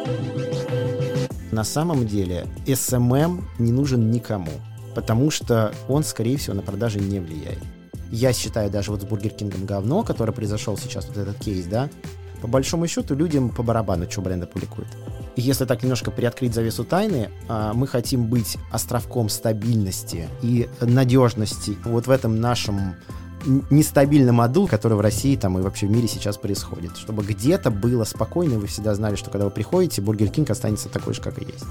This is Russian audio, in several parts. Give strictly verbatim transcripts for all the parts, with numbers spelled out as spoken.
На самом деле эс эм эм не нужен никому, потому что он, скорее всего, на продажи не влияет. Я считаю, даже вот с Бургер Кингом говно, который произошел сейчас, вот этот кейс, да, по большому счету людям по барабану, что бренды публикуют. И если так немножко приоткрыть завесу тайны, мы хотим быть островком стабильности и надежности вот в этом нашем нестабильном аду, который в России там и вообще в мире сейчас происходит. Чтобы где-то было спокойно, и вы всегда знали, что когда вы приходите, Бургер Кинг останется такой же, как и есть.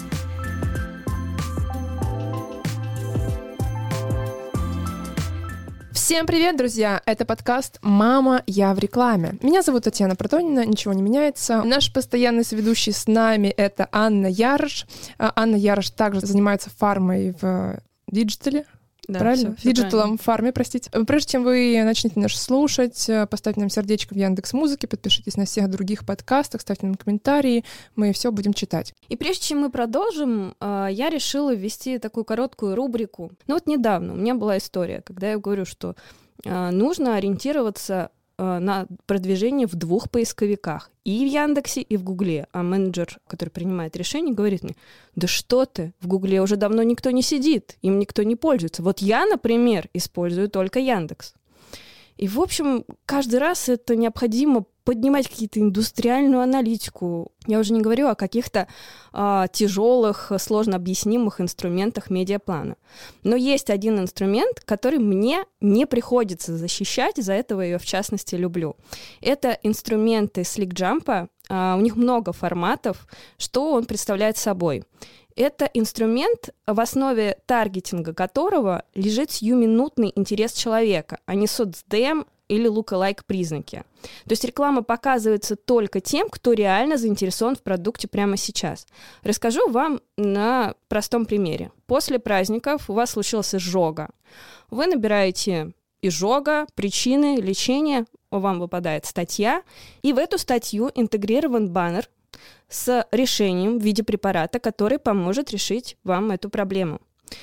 Всем привет, друзья! Это подкаст «Мама, я в рекламе». Меня зовут Татьяна Протонина, ничего не меняется. Наш постоянный соведущий с нами — это Анна Ярош. Анна Ярош также занимается фармой в диджитале. Да, правильно? Всё, всё Диджиталом правильно. фарме, простите. Прежде чем вы начнете нас слушать, поставьте нам сердечко в Яндекс.Музыке, подпишитесь на всех других подкастах, ставьте нам комментарии, мы все будем читать. И прежде чем мы продолжим, я решила ввести такую короткую рубрику. Ну вот недавно у меня была история, когда я говорю, что нужно ориентироваться на продвижение в двух поисковиках. И в Яндексе, и в Гугле. А менеджер, который принимает решение, говорит мне: да что ты, в Гугле уже давно никто не сидит, им никто не пользуется. Вот я, например, использую только Яндекс. И, в общем, каждый раз это необходимо поднимать какие-то индустриальную аналитику. Я уже не говорю о каких-то а, тяжелых, сложно объяснимых инструментах медиаплана. Но есть один инструмент, который мне не приходится защищать, из-за этого я, в частности, люблю. Это инструменты SlickJump. А, у них много форматов. Что он представляет собой? Это инструмент, в основе таргетинга которого лежит сиюминутный интерес человека, а не соцдем или лук-алайк признаки. То есть реклама показывается только тем, кто реально заинтересован в продукте прямо сейчас. Расскажу вам на простом примере. После праздников у вас случилась изжога. Вы набираете изжога, причины, лечения, вам выпадает статья, и в эту статью интегрирован баннер с решением в виде препарата, который поможет решить вам эту проблему.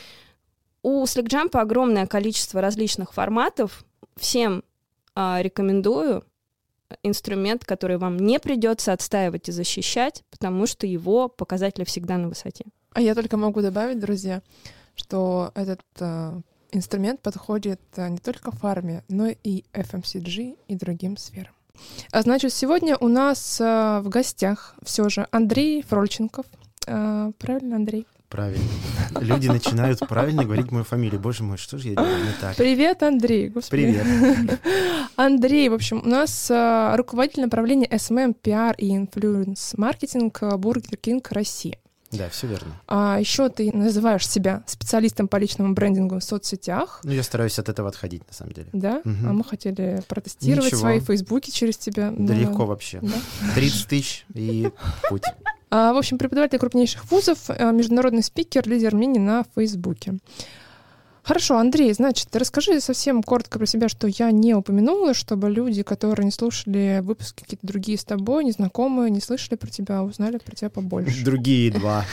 У SlickJump огромное количество различных форматов. Всем а, рекомендую инструмент, который вам не придется отстаивать и защищать, потому что его показатели всегда на высоте. А я только могу добавить, друзья, что этот э, инструмент подходит э, не только фарме, но и эф эм си джи и другим сферам. А значит, сегодня у нас э, в гостях все же Андрей Фрольченков. Э, правильно, Андрей? Правильно. Люди начинают правильно говорить мою фамилию. Боже мой, что же я делаю не так? Привет, Андрей. Господи. Привет. Андрей, в общем, у нас э, руководитель направления эс эм эм, пи ар и инфлюенс-маркетинг Бургер Кинг России. Да, все верно. А еще ты называешь себя специалистом по личному брендингу в соцсетях. Ну, я стараюсь от этого отходить, на самом деле. Да? Угу. А мы хотели протестировать Ничего. свои фейсбуки через тебя. Да, да. легко вообще. Да? тридцать тысяч и путь. А, в общем, преподаватель крупнейших вузов, международный спикер, лидер мнений на Фейсбуке. Хорошо, Андрей, значит, расскажи совсем коротко про себя, что я не упомянула, чтобы люди, которые не слушали выпуски какие-то другие с тобой, незнакомые, не слышали про тебя, узнали про тебя побольше. Другие два.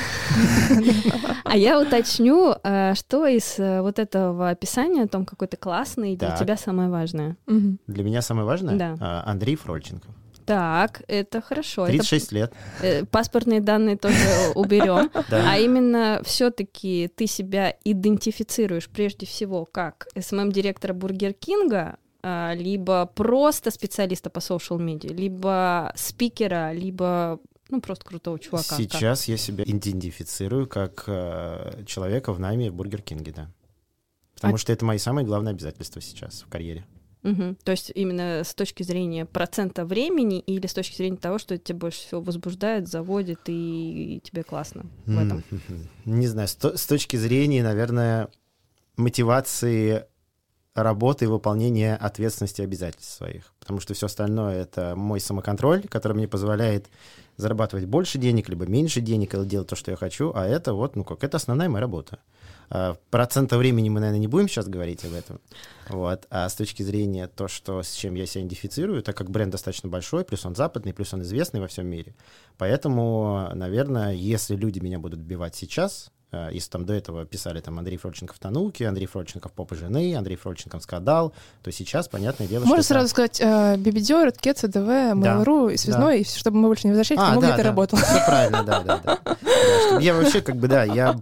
А я уточню, что из вот этого описания о том, какой ты классный, для Так. тебя самое важное. Для меня самое важное Да. а, Андрей Фрольченков. Так, это хорошо. тридцать шесть лет. Это, э, паспортные данные тоже уберем. Да. А именно все-таки ты себя идентифицируешь прежде всего как эс эм эм-директора Бургер Кинга, а, либо просто специалиста по социал-медиа, либо спикера, либо ну просто крутого чувака. Сейчас как? Я себя идентифицирую как э, человека в найме в Бургер Кинге, да. Потому А... что это мои самые главные обязательства сейчас в карьере. Угу. То есть именно с точки зрения процента времени или с точки зрения того, что тебя больше всего возбуждает, заводит и, и тебе классно в этом? Не знаю, с, то, с точки зрения, наверное, мотивации работы и выполнения ответственности и обязательств своих. Потому что все остальное — это мой самоконтроль, который мне позволяет зарабатывать больше денег, либо меньше денег, или делать то, что я хочу, а это вот, ну как, это основная моя работа. Процента времени мы, наверное, не будем сейчас говорить об этом. Вот. А с точки зрения то, что, с чем я себя идентифицирую, так как бренд достаточно большой, плюс он западный, плюс он известный во всем мире. Поэтому, наверное, если люди меня будут отбивать сейчас, Если там до этого писали там Андрей Фрольченков «Тануки», Андрей Фрольченков «Попы жены», Андрей Фрольченков «Скандал», то сейчас, понятное дело, Можно что сразу это... сказать э, Бибидё, РТК, ЦДВ, Mail.ru, и Связной, да. чтобы мы больше не возвращались, а, потому да, где ты да. работал. Все правильно, да, да, да. да я вообще как бы, да, я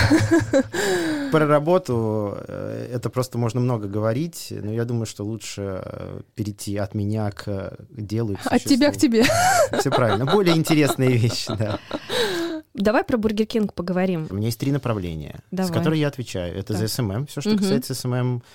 про работу, это просто можно много говорить, но я думаю, что лучше перейти от меня к делу. От тебя к тебе. Все правильно. Более интересные вещи, да. Давай про Бургер Кинг поговорим. У меня есть три направления, Давай. с которыми я отвечаю. Это так. за эс эм эм, все, что угу. касается эс эм эм,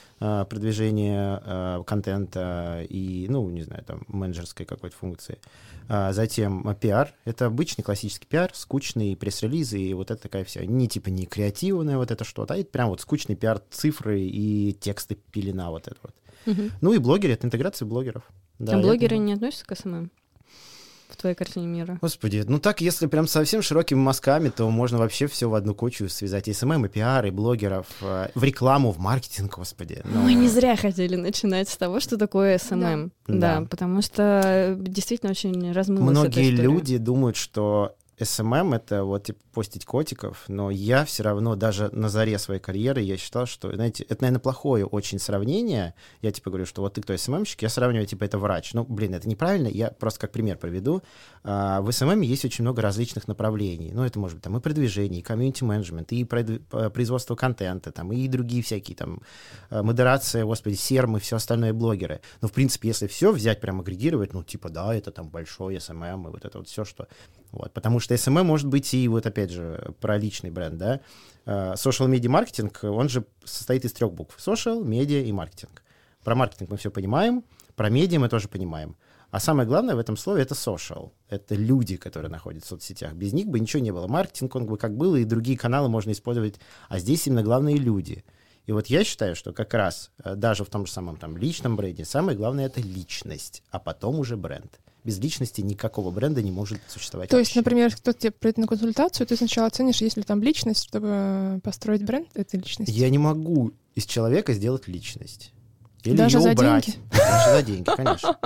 продвижения контента и, ну, не знаю, там, менеджерской какой-то функции. Затем пиар. Это обычный классический пиар, скучный пресс-релизы, и вот это такая вся, не типа не креативная вот это что-то, а это прям вот скучный пиар, цифры и тексты пелена вот это вот. Угу. Ну и блогеры, это интеграция блогеров. Да, а блогеры это... не относятся к эс эм эм? В твоей картине мира? Господи, ну так, если прям совсем широкими мазками, то можно вообще все в одну кучу связать. И эс эм эм, и пиар, и блогеров, в рекламу, в маркетинг, господи. Но... Мы не зря хотели начинать с того, что такое эс эм эм. Да, да, потому что действительно очень размылась эта история. Многие люди думают, что эс эм эм — это вот типа постить котиков, но я все равно даже на заре своей карьеры я считал, что, знаете, это, наверное, плохое очень сравнение. Я типа говорю, что вот ты кто эс эм эм-щик, я сравниваю, типа, это врач. Ну, блин, это неправильно, я просто как пример приведу. А, в эс эм эм есть очень много различных направлений. Ну, это может быть там и продвижение, и комьюнити-менеджмент, и производство контента, там, и другие всякие там модерация, господи, серм и все остальное блогеры. Но, в принципе, если все взять, прям агрегировать, ну, типа, да, это там большой эс эм эм, и вот это вот все, что... Вот, потому что эс эм эм может быть и вот опять же про личный бренд, да. Social media маркетинг, он же состоит из трех букв: social, медиа и маркетинг. Про маркетинг мы все понимаем, про медиа мы тоже понимаем. А самое главное в этом слове — это social. Это люди, которые находятся в соцсетях. Без них бы ничего не было. Маркетинг, он бы как был, и другие каналы можно использовать. А здесь именно главные люди. И вот я считаю, что как раз даже в том же самом там личном бренде самое главное — это личность, а потом уже бренд. Без личности никакого бренда не может существовать. То вообще. есть, например, кто-то тебе придет на консультацию, ты сначала оценишь, есть ли там личность, чтобы построить бренд этой личности? Я не могу из человека сделать личность. Или даже ее за убрать. деньги? Даже за деньги, конечно.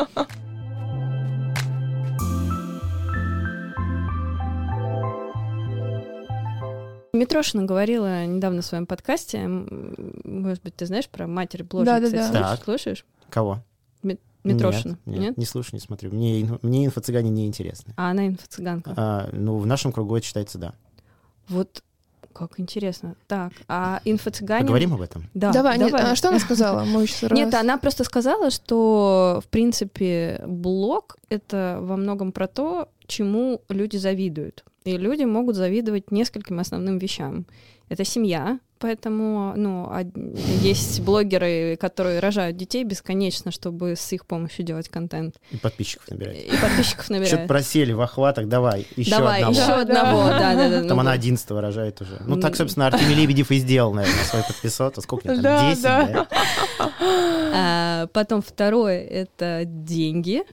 Митрошина говорила недавно в своем подкасте, может быть, ты знаешь про матерь блогера, да, кстати, да, слушаешь? да. слушаешь? Кого? Митрошина. Нет, нет, нет? не слушаю, не смотрю. Мне, мне инфо-цыгане не интересны. А она инфо-цыганка? А, ну, в нашем кругу это считается, да. Вот как интересно. Так, а инфо-цыгане... Поговорим об этом? Да, давай. давай. Нет, а что она сказала? Мы еще раз... Нет, она просто сказала, что, в принципе, блог — это во многом про то, чему люди завидуют. И люди могут завидовать нескольким основным вещам. Это семья, поэтому, ну, есть блогеры, которые рожают детей бесконечно, чтобы с их помощью делать контент. И подписчиков набирать. И подписчиков набирают. Что-то просели в охватах, давай, еще давай, одного. еще одного, да-да-да. Там ну, она одиннадцатого рожает уже. Ну, так, собственно, Артемий Лебедев и сделал, наверное, свой подписот. А сколько там? Да, десять, да. да? А, потом второе — это деньги.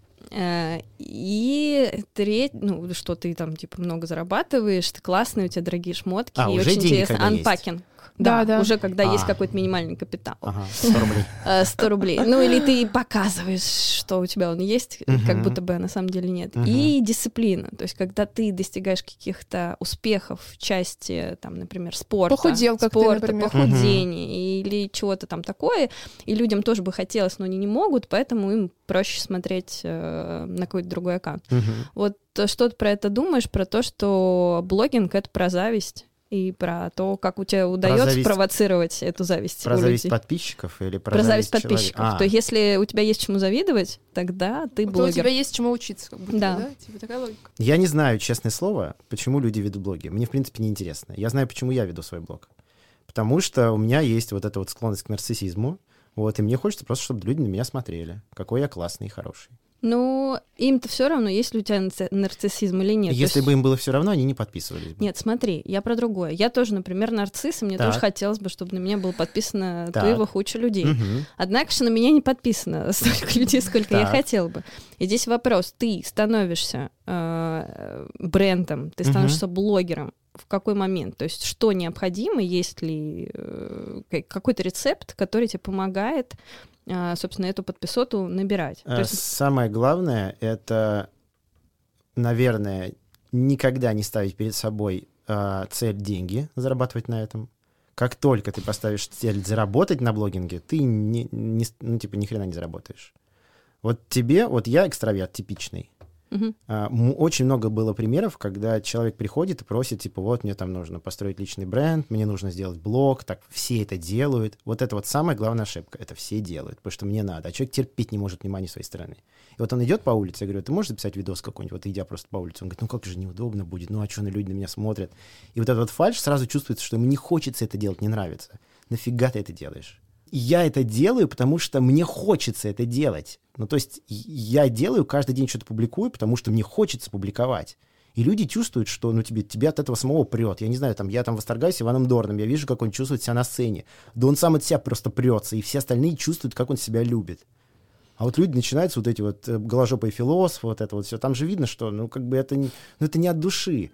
И треть, ну, что ты там, типа, много зарабатываешь, ты классный, у тебя дорогие шмотки. А, и уже очень деньги интересно. когда есть. Анпакинг. Да, Да, да. уже когда А. есть какой-то минимальный капитал. Ага, сто рублей. Э, сто рублей. Ну, или ты показываешь, что у тебя он есть, Мгм. как будто бы на самом деле нет. Мгм. И дисциплина. То есть, когда ты достигаешь каких-то успехов в части, там, например, спорта, Похудел, как ты, спорта, например. похудения или чего-то там такое, и людям тоже бы хотелось, но они не могут, поэтому им проще смотреть э, на какой-то другой аккаунт. Мгм. Вот э, что ты про это думаешь, про то, что блогинг — это про зависть, и про то, как у тебя удается зависть- провоцировать эту зависть Про у зависть людей. подписчиков или про, Про зависть человека? подписчиков. А, То если у тебя есть чему завидовать, тогда ты Вот у блогер. тебя есть чему учиться, как будто, Да. да? Типа такая логика. Я не знаю, честное слово, почему люди ведут блоги. Мне, в принципе, не интересно. Я знаю, почему я веду свой блог. Потому что у меня есть вот эта вот склонность к нарциссизму. Вот, и мне хочется просто, чтобы люди на меня смотрели. Какой я классный и хороший. Ну, им-то все равно, есть ли у тебя нарци- нарциссизм или нет. То Если есть- бы им было все равно, они не подписывались бы. Нет, смотри, я про другое. Я тоже, например, нарцисс, и мне Так. тоже хотелось бы, чтобы на меня было подписано Так. твоего куча людей. Мгм. Однако же на меня не подписано столько людей, сколько я Так. хотела бы. И здесь вопрос: ты становишься э, брендом, ты становишься блогером в какой момент? То есть что необходимо, есть ли э, ка- какой-то рецепт, который тебе помогает, э, собственно, эту подписоту набирать? То А, есть, Самое главное — это, наверное, никогда не ставить перед собой э, цель деньги, зарабатывать на этом. Как только ты поставишь цель заработать на блогинге, ты не, не, ну, типа, ни хрена не заработаешь. Вот тебе, вот я экстраверт типичный. Uh-huh. А, очень много было примеров, когда человек приходит и просит, типа, вот мне там нужно построить личный бренд, мне нужно сделать блог, так все это делают. Вот это вот самая главная ошибка. Это все делают, потому что мне надо. А человек терпеть не может внимания своей стороны. И вот он идет по улице, я говорю, ты можешь записать видос какой-нибудь, вот идя просто по улице? Он говорит, ну как же неудобно будет, ну а что, люди на меня смотрят? И вот этот вот фальшь сразу чувствуется, что ему не хочется это делать, не нравится. Нафига ты это делаешь? Я это делаю, потому что мне хочется это делать. Ну, то есть я делаю, каждый день что-то публикую, потому что мне хочется публиковать. И люди чувствуют, что ну, тебе, тебе от этого самого прет. Я не знаю, там, я там восторгаюсь Иваном Дорном, я вижу, как он чувствует себя на сцене. Да он сам от себя просто прется, и все остальные чувствуют, как он себя любит. А вот люди начинаются вот эти вот голожопые философы, вот это вот все. Там же видно, что ну, как бы это не, ну, это не от души.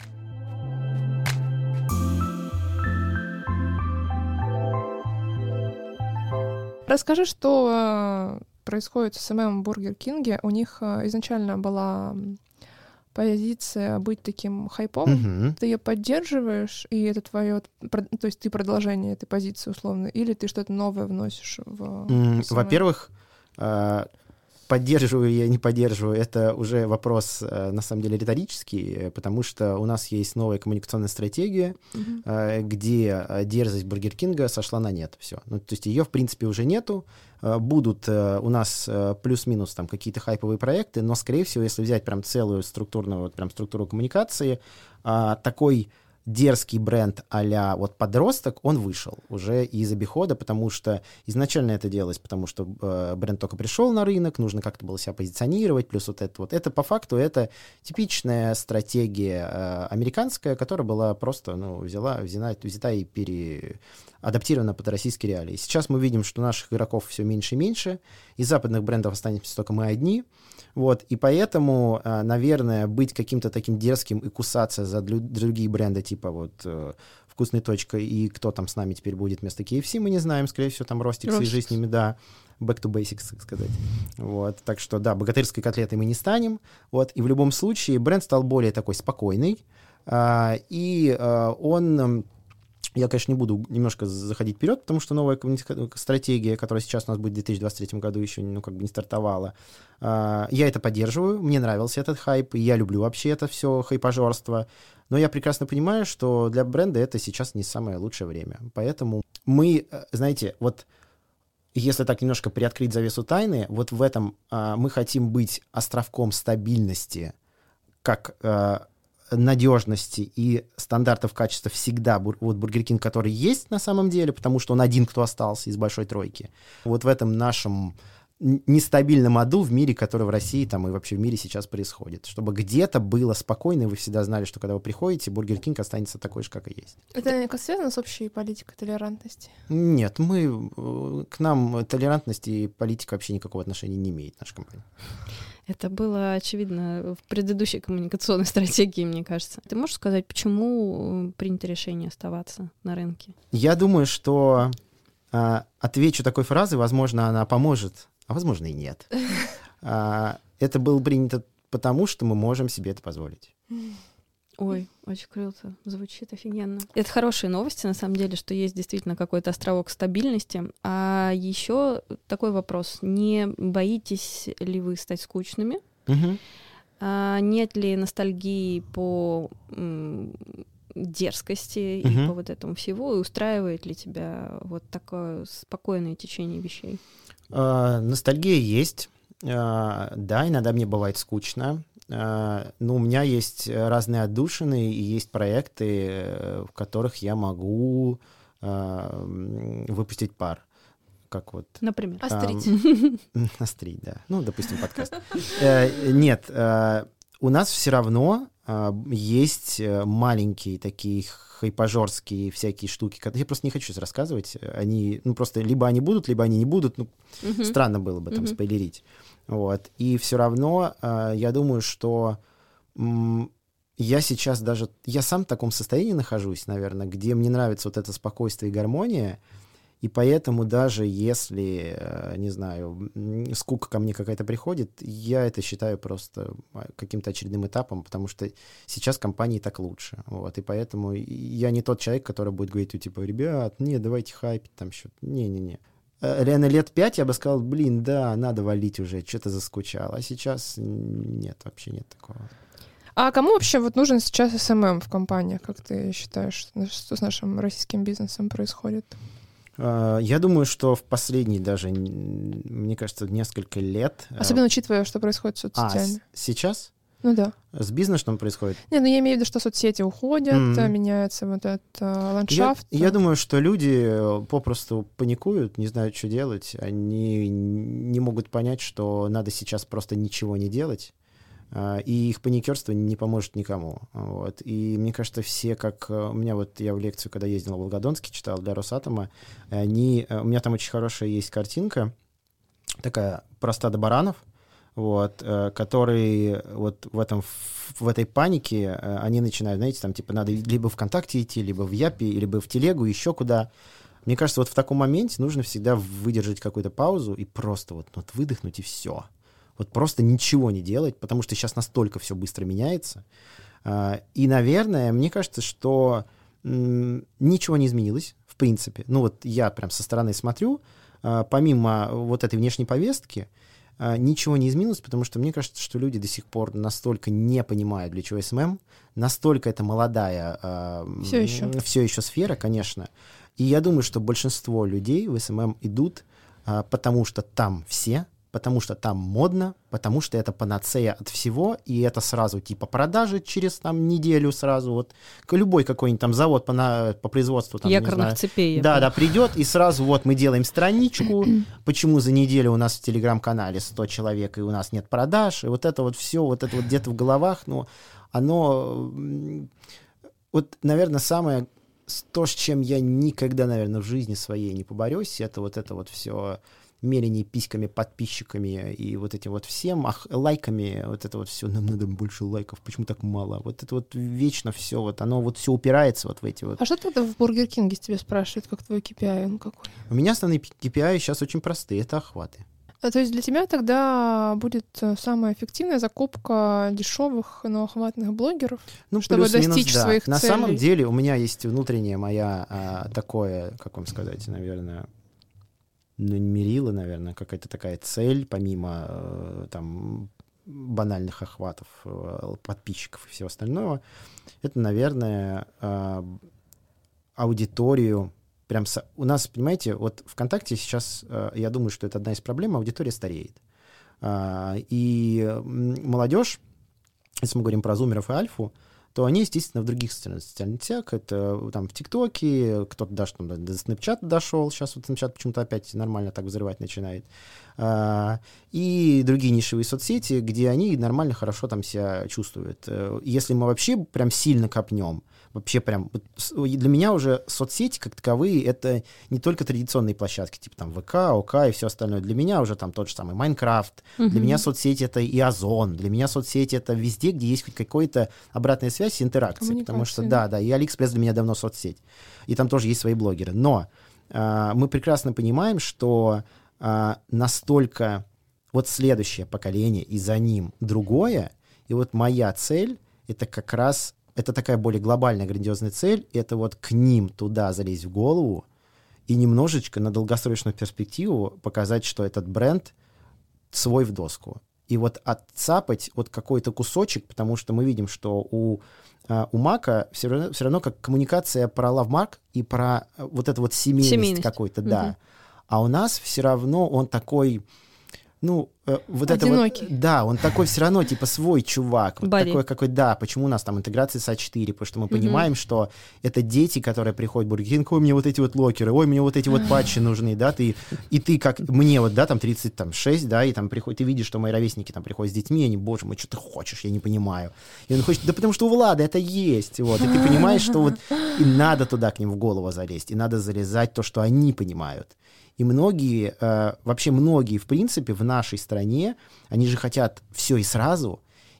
Расскажи, что э, происходит с эм эм в Burger King. У них э, изначально была позиция быть таким хайповым. Uh-huh. Ты ее поддерживаешь, и это твое... То есть ты продолжение этой позиции условно, или ты что-то новое вносишь в... Mm, во-первых, э, поддерживаю я, не поддерживаю, это уже вопрос, э, на самом деле, риторический, потому что у нас есть новая коммуникационная стратегия, uh-huh. э, где дерзость Бургер Кинга сошла на нет. Все. Ну, то есть ее, в принципе, уже нету. Э, будут э, у нас э, плюс-минус там какие-то хайповые проекты, но, скорее всего, если взять прям целую структурную, вот, прям структуру коммуникации, э, такой дерзкий бренд а-ля вот подросток, он вышел уже из обихода, потому что изначально это делалось, потому что э, бренд только пришел на рынок, нужно как-то было себя позиционировать, плюс вот это вот. Это по факту это типичная стратегия э, американская, которая была просто, ну, взяла, взята, взята и переадаптирована под российские реалии. Сейчас мы видим, что наших игроков все меньше и меньше, из западных брендов останемся только мы одни. Вот, и поэтому, наверное, быть каким-то таким дерзким и кусаться за другие бренды, типа вот «Вкусная точка» и кто там с нами теперь будет вместо кей эф си, мы не знаем, скорее всего, там Ростик, свяжи с ними, да, back to basics, так сказать. Вот, так что, да, богатырской котлетой мы не станем, вот, и в любом случае бренд стал более такой спокойный, и он... Я, конечно, не буду немножко заходить вперед, потому что новая стратегия, которая сейчас у нас будет в две тысячи двадцать третьем году, еще ну, как бы не стартовала. Я это поддерживаю, мне нравился этот хайп, и я люблю вообще это все хайпажорство. Но я прекрасно понимаю, что для бренда это сейчас не самое лучшее время. Поэтому мы, знаете, вот если так немножко приоткрыть завесу тайны, вот в этом мы хотим быть островком стабильности, как... надежности и стандартов качества всегда вот Burger King, который есть на самом деле, потому что он один, кто остался из большой тройки. Вот в этом нашем нестабильном аду в мире, который в России там и вообще в мире сейчас происходит. Чтобы где-то было спокойно, и вы всегда знали, что когда вы приходите, Burger King останется такой же, как и есть. Это не связано с общей политикой толерантности? Нет, мы, к нам толерантность и политика вообще никакого отношения не имеет, наша компания. Это было очевидно в предыдущей коммуникационной стратегии, мне кажется. Ты можешь сказать, почему принято решение оставаться на рынке? Я думаю, что э, отвечу такой фразой, возможно, она поможет, а возможно и нет. Э, это было принято потому, что мы можем себе это позволить. Ой, очень круто, звучит офигенно. Это хорошие новости, на самом деле, что есть действительно какой-то островок стабильности. А еще такой вопрос. Не боитесь ли вы стать скучными? Угу. А нет ли ностальгии по м, дерзкости угу. и по вот этому всего? И устраивает ли тебя вот такое спокойное течение вещей? А, ностальгия есть. А, да, иногда мне бывает скучно. Uh, ну, у меня есть разные отдушины и есть проекты, в которых я могу uh, выпустить пар. Как вот... Например? Острить. Um, острить, да. Ну, допустим, подкаст. uh, нет, uh, у нас все равно uh, есть маленькие такие хайпажорские всякие штуки. Я просто не хочу сейчас рассказывать. Они, ну, просто либо они будут, либо они не будут. Ну, uh-huh. странно было бы там uh-huh. спойлерить. Вот. И все равно э, я думаю, что м, я сейчас даже... Я сам в таком состоянии нахожусь, наверное, где мне нравится вот это спокойствие и гармония. И поэтому даже если, не знаю, скука ко мне какая-то приходит, я это считаю просто каким-то очередным этапом, потому что сейчас компании так лучше. Вот. И поэтому я не тот человек, который будет говорить, типа, ребят, не, давайте хайпить там что-то. Не-не-не. Реально лет пять я бы сказал, блин, да, надо валить уже, что-то заскучал. А сейчас нет, вообще нет такого. А кому вообще вот нужен сейчас эс эм эм в компаниях? Как ты считаешь, что с нашим российским бизнесом происходит? Я думаю, что в последние даже, мне кажется, несколько лет... Особенно учитывая, что происходит с соцсетями. А, сейчас? Ну да. С бизнесом происходит? Не, ну я имею в виду, что соцсети уходят, mm-hmm. меняется вот этот а, ландшафт. Я, я думаю, что люди попросту паникуют, не знают, что делать. Они не могут понять, что надо сейчас просто ничего не делать. И их паникерство не поможет никому. Вот. И мне кажется, все, как... У меня вот, я в лекцию, когда ездил в Волгодонске, читал для Росатома, они... У меня там очень хорошая есть картинка, такая про стадо баранов, вот, которые вот в, этом, в этой панике, они начинают, знаете, там, типа, надо либо ВКонтакте идти, либо в Япе, либо в Телегу, еще куда. Мне кажется, вот в таком моменте нужно всегда выдержать какую-то паузу и просто вот, вот выдохнуть, и все. Вот просто ничего не делать, потому что сейчас настолько все быстро меняется. И, наверное, мне кажется, что ничего не изменилось, в принципе. Ну вот я прям со стороны смотрю, помимо вот этой внешней повестки, ничего не изменилось, потому что мне кажется, что люди до сих пор настолько не понимают, для чего эс эм эм, настолько это молодая все еще. все еще сфера, конечно. И я думаю, что большинство людей в эс эм эм идут, потому что там все, потому что там модно, потому что это панацея от всего, и это сразу типа продажи через там неделю сразу, вот любой какой-нибудь там завод по, на, по производству там, якорных цепей. Да, да, придет, и сразу вот мы делаем страничку, почему за неделю у нас в Телеграм-канале сто человек, и у нас нет продаж, и вот это вот все, вот это вот где-то в головах, ну, оно, вот, наверное, самое, то, с чем я никогда, наверное, в жизни своей не поборюсь, это вот это вот все... мерение письками, подписчиками и вот этим вот всем, ах, лайками, вот это вот все, нам надо больше лайков, почему так мало? Вот это вот вечно все, вот оно вот все упирается вот в эти вот. А что тогда в Бургер Кинге с тебя спрашивают, как твой кей пи ай, он какой? У меня основные кей пи ай сейчас очень простые, это охваты. А, то есть для тебя тогда будет самая эффективная закупка дешевых, но охватных блогеров, ну, чтобы достичь да. своих На целей? На самом деле у меня есть внутреннее моя а, такое, как вам сказать, наверное, ну, не мерила, наверное, какая-то такая цель, помимо э, там банальных охватов э, подписчиков и всего остального, это, наверное, э, аудиторию. Прям со... У нас, понимаете, вот ВКонтакте сейчас, э, я думаю, что это одна из проблем, аудитория стареет. Э, и молодежь, если мы говорим про зумеров и альфу, то они, естественно, в других социальных сетях, это там в ТикТоке, кто-то даже там, до Снэпчата дошел, сейчас вот Снэпчат почему-то опять нормально так взрывать начинает, а, и другие нишевые соцсети, где они нормально, хорошо там себя чувствуют. Если мы вообще прям сильно копнем, вообще прям, для меня уже соцсети как таковые, это не только традиционные площадки, типа там ВК, ОК и все остальное. Для меня уже там тот же самый Майнкрафт, uh-huh. для меня соцсети это и Озон, для меня соцсети это везде, где есть хоть какая-то обратная связь и интеракция, потому что, да, да, и Алиэкспресс для меня давно соцсеть, и там тоже есть свои блогеры. Но а, мы прекрасно понимаем, что а, настолько вот следующее поколение и за ним другое, и вот моя цель — это как раз это такая более глобальная, грандиозная цель, это вот к ним туда залезть в голову и немножечко на долгосрочную перспективу показать, что этот бренд свой в доску. И вот отцапать вот какой-то кусочек, потому что мы видим, что у, у Мака все равно, все равно как коммуникация про лавмарк и про вот эту вот семейность, семейность. какой-то, угу. да. А у нас все равно он такой... Ну, э, вот одинокий. Это вот, да, он такой все равно, типа, свой чувак. Вот такой, какой, да, почему у нас там интеграция с а четыре, потому что мы mm-hmm. понимаем, что это дети, которые приходят в Бургер Кинг, ой, мне вот эти вот локеры, ой, мне вот эти вот патчи нужны, да, ты, и ты как, мне вот, да, там тридцать шесть, да, и там приходит, ты видишь, что мои ровесники там приходят с детьми, и они, боже мой, что ты хочешь, я не понимаю. И он хочет, да потому что у Влада это есть, вот, и ты понимаешь, что вот и надо туда к ним в голову залезть, и надо залезать то, что они понимают. И многие, э, вообще многие, в принципе, в нашей стране, они же хотят все и сразу.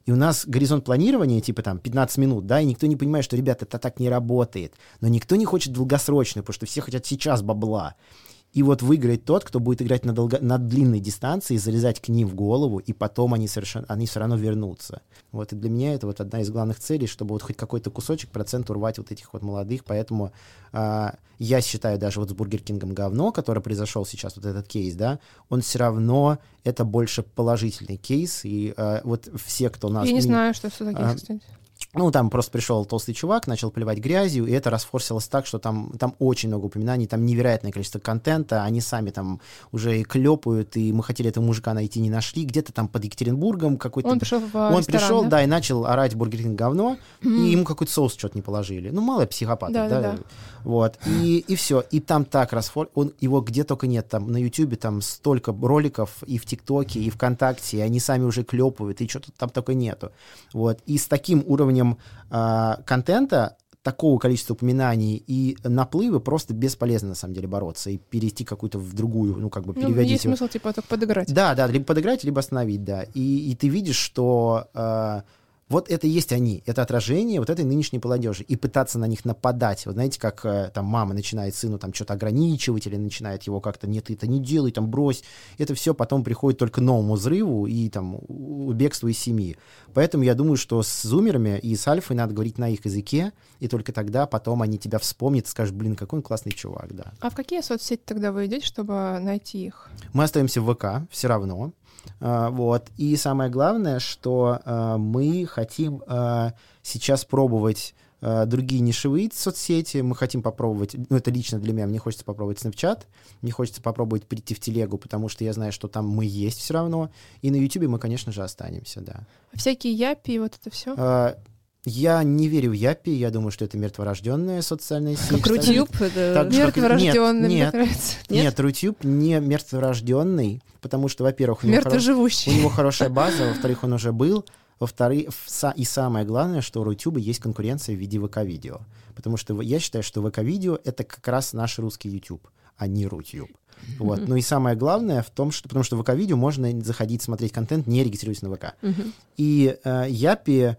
И у нас горизонт планирования, типа там пятнадцать минут, да, и никто не понимает, что, ребята, это так не работает. Но никто не хочет долгосрочную, потому что все хотят сейчас бабла. И вот выиграет тот, кто будет играть на, долго... на длинной дистанции, залезать к ним в голову, и потом они, совершенно... они все равно вернутся. Вот, и для меня это вот одна из главных целей, чтобы вот хоть какой-то кусочек, процент урвать вот этих вот молодых. Поэтому э, я считаю даже вот с Бургер Кингом говно, который произошел сейчас, вот этот кейс, да, он все равно, это больше положительный кейс. И э, вот все, кто нас... Я не знаю, что это такие, а, кстати. Ну, там просто пришел толстый чувак, начал плевать грязью, и это расфорсилось так, что там, там очень много упоминаний, там невероятное количество контента, они сами там уже и клепают, и мы хотели этого мужика найти, не нашли, где-то там под Екатеринбургом какой-то... Он пришел в Он ресторан, пришел, да? да, и начал орать Бургер Кинг говно, mm-hmm. и ему какой-то соус что-то не положили. Ну, мало психопатов, да? Да, да? да, да. Вот, и, и все, и там так расфор... Он, его где только нет, там на Ютубе там столько роликов, и в ТикТоке, и ВКонтакте, и они сами уже клепают, и что-то там только нету. Вот, и с таким уровнем а, контента, такого количества упоминаний и наплывы просто бесполезно, на самом деле, бороться и перейти какую-то в другую, ну, как бы переводить. Ну, есть смысл, типа, только подыграть. Да, да, либо подыграть, либо остановить, да. И, и ты видишь, что э, вот это и есть они, это отражение вот этой нынешней молодежи. И пытаться на них нападать. Вот знаете, как э, там мама начинает сыну там что-то ограничивать или начинает его как-то, нет, ты это не делай, там, брось. Это все потом приходит только к новому взрыву и там бегству из семьи. Поэтому я думаю, что с зумерами и с альфой надо говорить на их языке, и только тогда потом они тебя вспомнят и скажут, блин, какой он классный чувак, да. А в какие соцсети тогда вы идете, чтобы найти их? Мы остаемся в ВК все равно. Uh, вот. И самое главное, что uh, мы хотим uh, сейчас пробовать uh, другие нишевые соцсети. Мы хотим попробовать, ну это лично для меня, мне хочется попробовать Snapchat, мне хочется попробовать прийти в телегу, потому что я знаю, что там мы есть все равно. И на Ютубе мы, конечно же, останемся, да. А всякие япи, вот это все? Uh, Я не верю в Япи, я думаю, что это мертворожденная социальная сеть. Как Рутюб? Это... Мертворожденный, нет, мне нет, нравится. Нет, нет, Рутюб не мертворожденный, потому что, во-первых, у него, Мертвоживущий. хоро... у него хорошая база, во-вторых, он уже был, во-вторых, и самое главное, что у Рутюба есть конкуренция в виде ВК-видео, потому что я считаю, что ВК-видео — это как раз наш русский YouTube, а не Рутюб. Вот. Mm-hmm. Ну и самое главное в том, что... Потому что в ВК-видео можно заходить, смотреть контент, не регистрируясь на ВК. Mm-hmm. И э, Япи...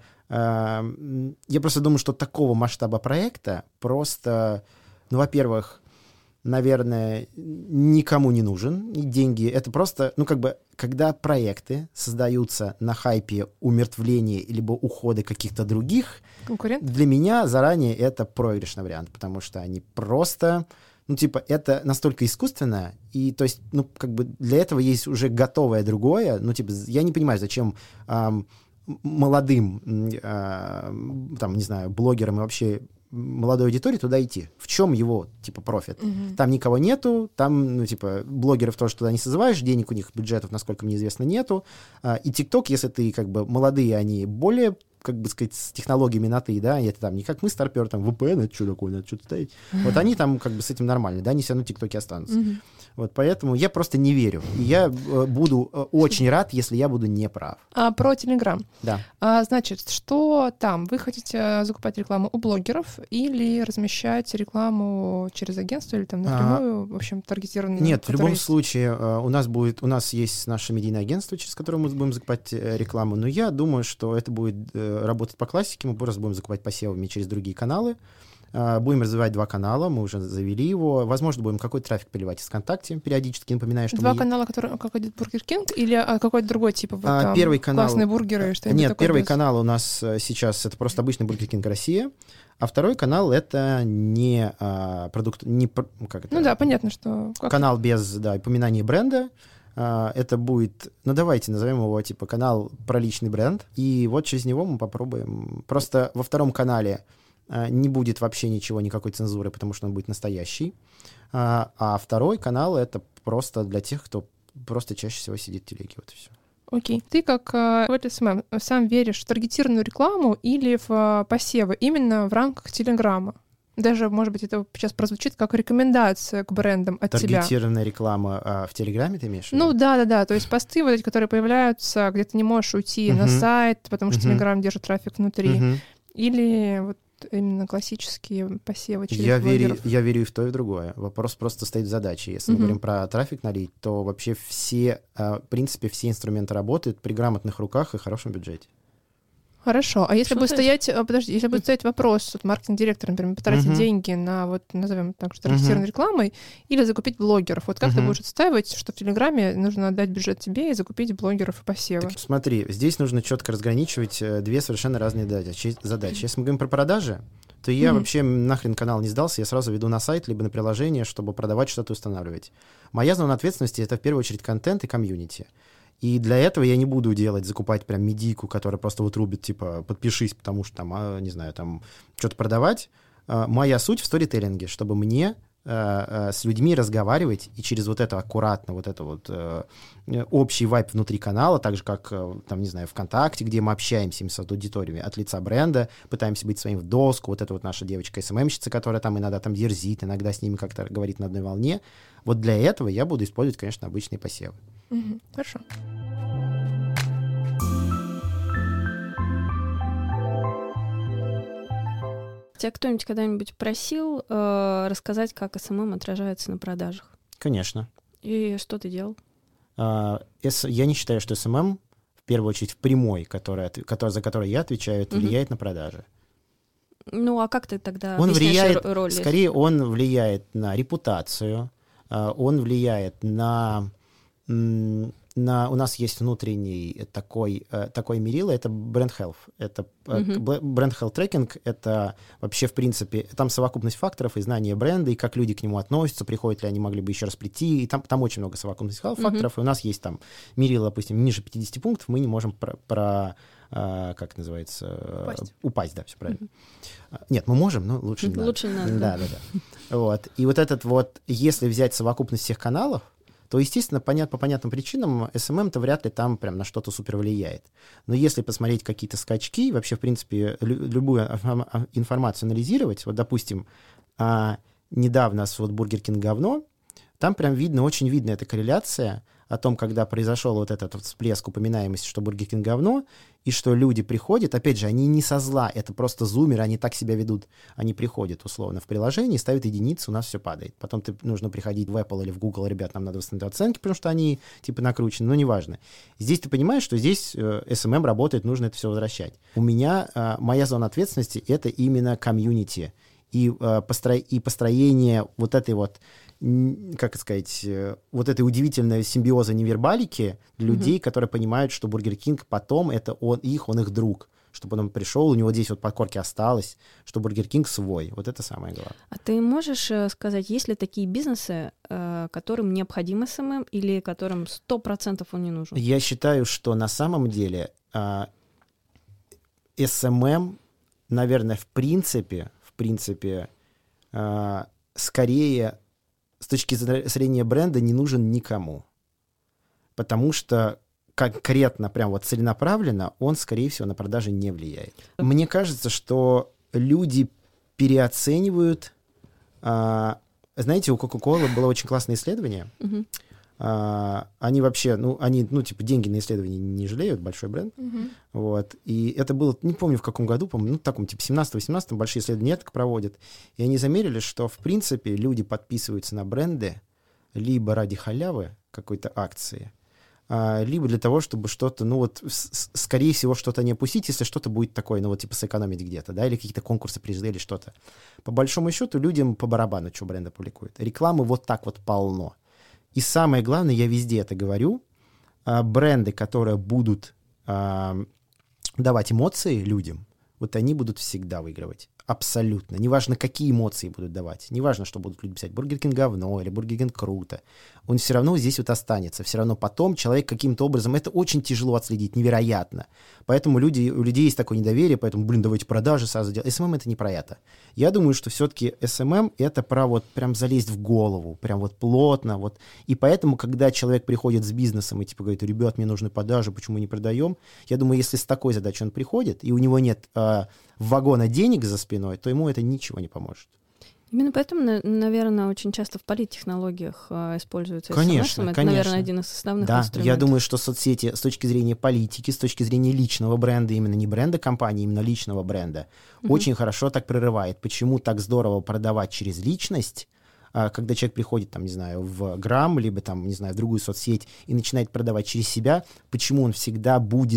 Uh, я просто думаю, что такого масштаба проекта просто, ну, во-первых, наверное, никому не нужен. И деньги — это просто, ну, как бы, когда проекты создаются на хайпе умертвления либо ухода каких-то других, для меня заранее это проигрышный вариант, потому что они просто... Ну, типа, это настолько искусственно, и, то есть, ну, как бы, для этого есть уже готовое другое. Ну, типа, я не понимаю, зачем... Um, молодым, э, там, не знаю, блогерам и вообще молодой аудитории туда идти. В чем его, типа, профит? Mm-hmm. Там никого нету, там, ну, типа, блогеров тоже туда не созываешь, денег у них, бюджетов, насколько мне известно, нету. А, и ТикТок, если ты, как бы, молодые, они более, как бы сказать, с технологиями на «ты», да, и это там не как мы, старпер, там, ви пи эн, это что такое, надо что-то ставить. Mm-hmm. Вот они там, как бы, с этим нормально, да, они все равно в ТикТоке останутся. Mm-hmm. Вот поэтому я просто не верю. И я э, буду э, очень рад, если я буду не прав. А про Телеграм. Да. А, значит, что там? Вы хотите закупать рекламу у блогеров или размещать рекламу через агентство или там напрямую, а, в общем, таргетированную? Нет, в любом есть? случае э, у нас будет, у нас есть наше медийное агентство, через которое мы будем закупать э, рекламу, но я думаю, что это будет э, работать по классике, мы просто будем закупать посевами через другие каналы. Будем развивать два канала, мы уже завели его. Возможно, будем какой-то трафик переливать из ВКонтакте периодически. Напоминаю, что Два мы... канала, которые, как идет Бургер Кинг, или какой-то другой тип? Вот, а, там, первый канал... классные бургеры, что-нибудь Нет, такое первый без... канал у нас сейчас это просто обычный Бургер Кинг Россия, а второй канал это не а, продукт... Не, как это? Ну да, понятно, что... Как... Канал без да, упоминания бренда. А, это будет... Ну давайте назовем его типа канал про личный бренд. И вот через него мы попробуем. Просто во втором канале не будет вообще ничего, никакой цензуры, потому что он будет настоящий. А, а второй канал — это просто для тех, кто просто чаще всего сидит в телеге. Вот и все. Окей. Ты как э, эс эм эм сам веришь в таргетированную рекламу или в э, посевы именно в рамках Телеграма? Даже, может быть, это сейчас прозвучит как рекомендация к брендам от тебя. Таргетированная реклама а, в Телеграме, ты имеешь в виду? Ну да-да-да, то есть посты вот эти, которые появляются, где ты не можешь уйти uh-huh. на сайт, потому что uh-huh. Телеграм держит трафик внутри. Uh-huh. Или вот именно классические посевы через я блогеров. верю, я верю и в то, и в другое. Вопрос просто стоит в задаче. Если uh-huh. мы говорим про трафик налить, то вообще все, в принципе, все инструменты работают при грамотных руках и хорошем бюджете. Хорошо. А если Что будет ты- стоять, а, подожди, если будет стоять вопрос, вот маркетинг-директор, например, потратить Мгм. деньги на вот, назовем так, что таргетированной рекламой, или закупить блогеров, вот как ты Мгм. будешь отстаивать, что в Телеграме нужно отдать бюджет тебе и закупить блогеров и посевы? Так, смотри, здесь нужно четко разграничивать э, две совершенно разные задачи. задачи. Если мы говорим про продажи, то я Мгм. вообще нахрен канал не сдался, я сразу веду на сайт, либо на приложение, чтобы продавать что-то и устанавливать. Моя зона ответственности — это в первую очередь контент и комьюнити. И для этого я не буду делать, закупать прям медийку, которая просто вот рубит, типа, подпишись, потому что там, а, не знаю, там что-то продавать. А, моя суть в сторителлинге, чтобы мне а, а, с людьми разговаривать и через вот это аккуратно, вот это вот а, общий вайб внутри канала, так же, как, а, там, не знаю, ВКонтакте, где мы общаемся с аудиториями от лица бренда, пытаемся быть своим в доску, вот эта вот наша девочка эс эм эм-щица, которая там иногда там дерзит, иногда с ними как-то говорит на одной волне. Вот для этого я буду использовать, конечно, обычные посевы. Мгм. Хорошо. Тебя кто-нибудь когда-нибудь просил э, рассказать, как эс эм эм отражается на продажах? Конечно. И что ты делал? А, эс- я не считаю, что эс эм эм, в первую очередь, в прямой, который, от- который- за который я отвечаю, это Мгм. влияет на продажи. Ну, а как ты тогда Он объясняешь влияет, ро- роль? скорее он влияет на репутацию, а, он влияет на, м, на... У нас есть внутренний такой, э, такой мерило, это бренд health. Это э, Мгм. б- бренд health трекинг, это вообще, в принципе, там совокупность факторов и знание бренда, и как люди к нему относятся, приходят ли они, могли бы еще раз прийти, и там, там очень много совокупности Мгм. факторов, и у нас есть там мерило, допустим, ниже пятидесяти пунктов, мы не можем про... про а, как это называется? Упасть. Упасть, да, все правильно. А, Нет, мы можем, но лучше не надо. Лучше не надо. Да, да, да. Вот. И вот этот вот, если взять совокупность всех каналов, то, естественно, понят, по понятным причинам эс эм эм-то вряд ли там прям на что-то супер влияет. Но если посмотреть какие-то скачки, вообще, в принципе, лю- любую информ- а, информацию анализировать, вот, допустим, а, недавно с вот Burger King говно, там прям видно, очень видно эта корреляция о том, когда произошел вот этот вот всплеск упоминаемости, что Burger King говно, и что люди приходят, опять же, они не со зла, это просто зумеры, они так себя ведут. Они приходят, условно, в приложение, ставят единицы, у нас все падает. Потом ты, нужно приходить в Apple или в Google, ребят, нам надо восстановить оценки, потому что они, типа, накручены, но неважно. Здесь ты понимаешь, что здесь э, эс эм эм работает, нужно это все возвращать. У меня, э, моя зона ответственности — это именно комьюнити и, э, постро... и построение вот этой вот, м, как это сказать, э, вот этой удивительной симбиоза невербалики для Мгм. людей, которые понимают, что Бургер Кинг потом это он их, он их друг. Чтобы он пришел, у него здесь вот подкорки осталось, что Бургер Кинг свой. Вот это самое главное. А ты можешь э, сказать, есть ли такие бизнесы, э, которым необходим эс эм эм или которым сто процентов он не нужен? Я считаю, что на самом деле а, эс эм эм, наверное, в принципе, в принципе, а, скорее с точки зрения бренда не нужен никому. Потому что конкретно, прям вот целенаправленно, он, скорее всего, на продажи не влияет. Мне кажется, что люди переоценивают... а, знаете, у Coca-Cola было очень классное исследование. Мгм. А, они вообще, ну, они, ну, типа, деньги на исследования не жалеют, большой бренд. Мгм. Вот. И это было, не помню в каком году, по-моему, ну, в таком, типа, семнадцатом-восемнадцатом, большие исследования так проводят. И они замерили, что, в принципе, люди подписываются на бренды либо ради халявы какой-то акции, а, либо для того, чтобы что-то, ну, вот, с- с- скорее всего, что-то не опустить, если что-то будет такое, ну, вот, типа, сэкономить где-то, да, или какие-то конкурсы, призы или что-то. По большому счету, людям по барабану, что бренды публикуют. Рекламы вот так вот полно. И самое главное, я везде это говорю, а, бренды, которые будут а, давать эмоции людям, вот они будут всегда выигрывать. Абсолютно. Неважно, какие эмоции будут давать. Неважно, что будут люди писать «Бургер Кинг говно» или «Бургер Кинг круто». Он все равно здесь вот останется. Все равно потом человек каким-то образом... Это очень тяжело отследить, невероятно. Поэтому люди, у людей есть такое недоверие, поэтому, блин, давайте продажи сразу делать. эс эм эм — это не про это. Я думаю, что все-таки эс эм эм — это про вот прям залезть в голову, прям вот плотно. Вот. И поэтому, когда человек приходит с бизнесом и типа говорит: ребят, мне нужны продажи, почему не продаем? Я думаю, если с такой задачей он приходит, и у него нет а, вагона денег за спиной, то ему это ничего не поможет. Именно поэтому, на- наверное, очень часто в политтехнологиях э, используется Конечно, эс эм эм. Это, конечно. наверное, один из основных Да, инструментов. я думаю, что соцсети с точки зрения политики, с точки зрения личного бренда, именно не бренда компании, именно личного бренда, Мгм. очень хорошо так прорывает. Почему так здорово продавать через личность, а, когда человек приходит, там, не знаю, в Грамм, либо там, не знаю, в другую соцсеть и начинает продавать через себя, почему он всегда будет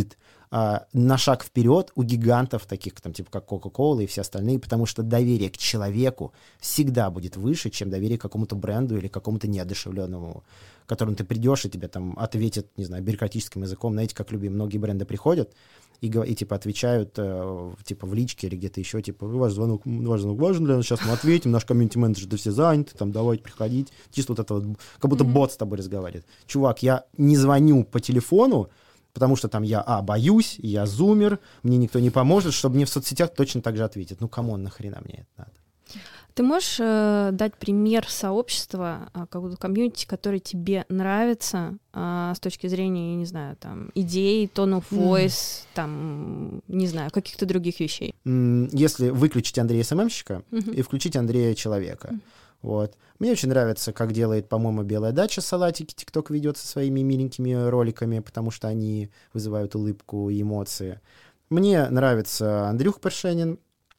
а, на шаг вперед у гигантов, таких там, типа как Coca-Cola и все остальные, потому что доверие к человеку всегда будет выше, чем доверие к какому-то бренду или какому-то неодушевленному, к которому ты придешь и тебе там ответят, не знаю, бюрократическим языком. Знаете, как любим, многие бренды приходят и, и типа отвечают э, типа в личке или где-то еще, типа, ваш звонок, ваш звонок важен для нас, сейчас мы ответим, наш комьюнити-менеджер, да все заняты, там, давайте приходить. Чисто вот это вот, как будто mm-hmm. бот с тобой разговаривает. Чувак, я не звоню по телефону, потому что там я, а, боюсь, я зумер, мне никто не поможет, чтобы мне в соцсетях точно так же ответят. Ну, камон, нахрена мне это надо? Ты можешь э, дать пример сообщества, э, какого-то комьюнити, который тебе нравится э, с точки зрения, я не знаю, там, идей, tone of voice, mm. там, не знаю, каких-то других вещей? Если выключить Андрея СММщика mm-hmm. и включить Андрея Человека. Mm-hmm. Вот. Мне очень нравится, как делает, по-моему, Белая дача салатики. ТикТок ведет со своими миленькими роликами, потому что они вызывают улыбку и эмоции. Мне нравится Андрюх Першенин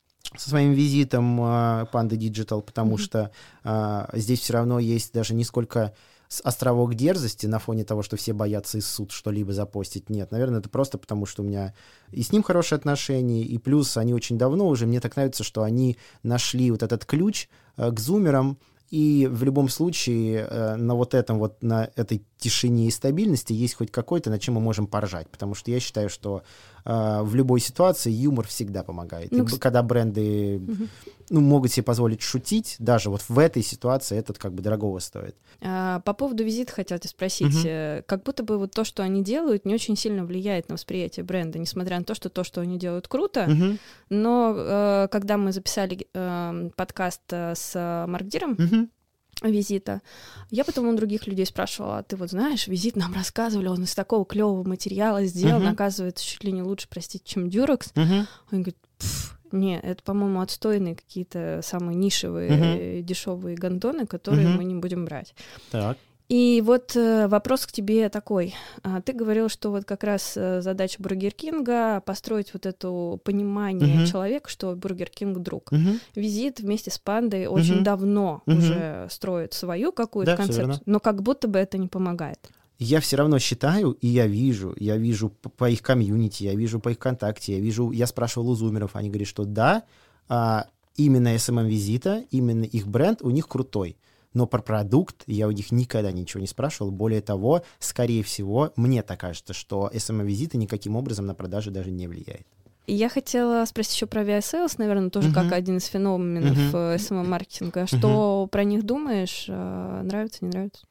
со своим визитом uh, Panda Digital, потому mm-hmm. что uh, здесь все равно есть даже не сколько островок дерзости на фоне того, что все боятся из суд что-либо запостить. Нет, наверное, это просто потому, что у меня и с ним хорошие отношения, и плюс они очень давно уже, мне так нравится, что они нашли вот этот ключ uh, к зумерам, и в любом случае uh, на вот этом вот, на этой тишине и стабильности есть хоть какой-то, над чем мы можем поржать, потому что я считаю, что uh, в любой ситуации юмор всегда помогает. Ну, и, когда бренды угу. ну, могут себе позволить шутить, даже вот в этой ситуации этот как бы дорогого стоит. А, по поводу визита хотела тебя спросить. Угу. Как будто бы вот то, что они делают, не очень сильно влияет на восприятие бренда, несмотря на то, что то, что они делают, круто, угу. но э, когда мы записали э, подкаст с Марк Диром, угу. визита. Я потом у других людей спрашивала, а ты вот знаешь, визит нам рассказывали, он из такого клевого материала сделан, uh-huh. оказывается, чуть ли не лучше, простите, чем Durex. Uh-huh. Он говорит, не, это, по-моему, отстойные какие-то самые нишевые, uh-huh. дешевые гондоны, которые uh-huh. мы не будем брать. Так. И вот э, вопрос к тебе такой. А, ты говорил, что вот как раз э, задача Бургер Кинга построить вот это понимание uh-huh. человека, что Бургер Кинг друг. Uh-huh. Визит вместе с Пандой uh-huh. очень давно uh-huh. уже строит свою какую-то да, концепцию, но как будто бы это не помогает. Я все равно считаю, и я вижу, я вижу по их комьюнити, я вижу по их ВКонтакте, я вижу, я спрашивал у зумеров, они говорят, что да, а, именно эс эм эм-визита, именно их бренд у них крутой. Но про продукт я у них никогда ничего не спрашивал. Более того, скорее всего, мне так кажется, что эс эм эм-визита никаким образом на продажи даже не влияет. И я хотела спросить еще про авиасейлс, наверное, тоже uh-huh. как один из феноменов uh-huh. эс эм эм-маркетинга. Что uh-huh. про них думаешь? Нравится, не нравится?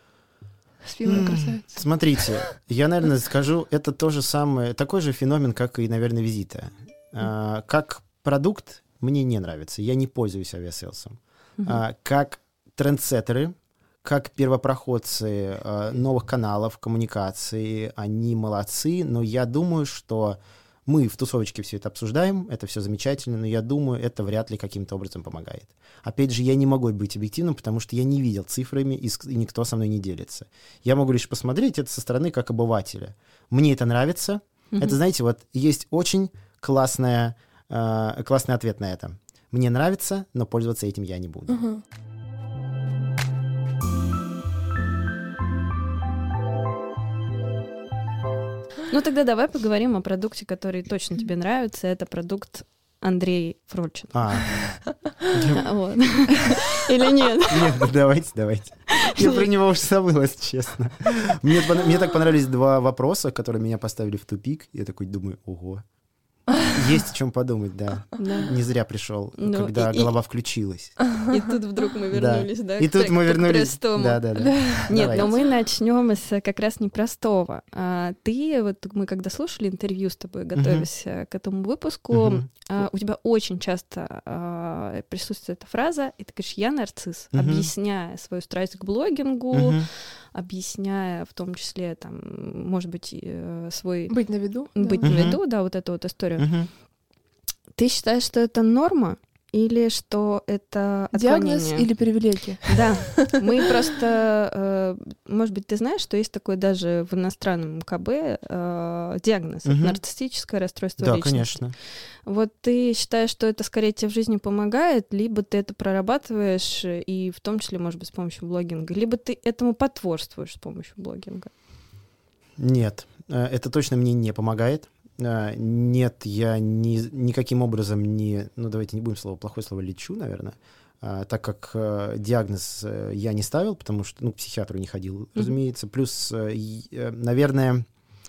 Спиловая красавица. Смотрите, я, наверное, скажу, это то же самое, такой же феномен, как и, наверное, визита. Uh, как продукт мне не нравится, я не пользуюсь авиасейлсом. Uh-huh. Uh, как трендсеттеры, как первопроходцы э, новых каналов коммуникации, они молодцы, но я думаю, что мы в тусовочке все это обсуждаем, это все замечательно, но я думаю, это вряд ли каким-то образом помогает. Опять же, я не могу быть объективным, потому что я не видел цифрами, и, и никто со мной не делится. Я могу лишь посмотреть это со стороны как обывателя. Мне это нравится. Mm-hmm. Это, знаете, вот есть очень классная, э, классный ответ на это. Мне нравится, но пользоваться этим я не буду. Mm-hmm. Ну тогда давай поговорим о продукте, который точно тебе нравится. Это продукт Андрей Фрольчин. А. Или нет? Нет, давайте, давайте. Я про него уже забыл, если честно. Мне так понравились два вопроса, которые меня поставили в тупик. Я такой думаю, ого. Есть о чем подумать, да. да. Не зря пришел, ну, когда и, голова включилась. И тут вдруг мы вернулись, да? да и к, тут мы к вернулись. Простому. Да, да, да. Нет, Давайте. Но мы начнем с как раз непростого. А, ты, вот мы когда слушали интервью с тобой, готовясь uh-huh. к этому выпуску, uh-huh. а, у тебя очень часто а, присутствует эта фраза, и ты говоришь, я нарцисс, uh-huh. объясняя свою страсть к блогингу, uh-huh. объясняя в том числе, там, может быть, свой... Быть на виду. Быть да. на виду, да, вот эту вот историю. Uh-huh. Ты считаешь, что это норма или что это отклонение? Диагноз или привилегия? Да, мы просто, может быть, ты знаешь, что есть такой даже в иностранном эм ка бэ диагноз, uh-huh. нарциссическое расстройство да, личности. Да, конечно. Вот ты считаешь, что это скорее тебе в жизни помогает, либо ты это прорабатываешь, и в том числе, может быть, с помощью блогинга, либо ты этому потворствуешь с помощью блогинга? Нет, это точно мне не помогает. э, нет, я ни, никаким образом не, ну давайте не будем слово, плохое слово лечу, наверное, э, так как э, диагноз э, я не ставил, потому что, ну, к психиатру не ходил, mm-hmm. разумеется. Плюс, э, э, наверное,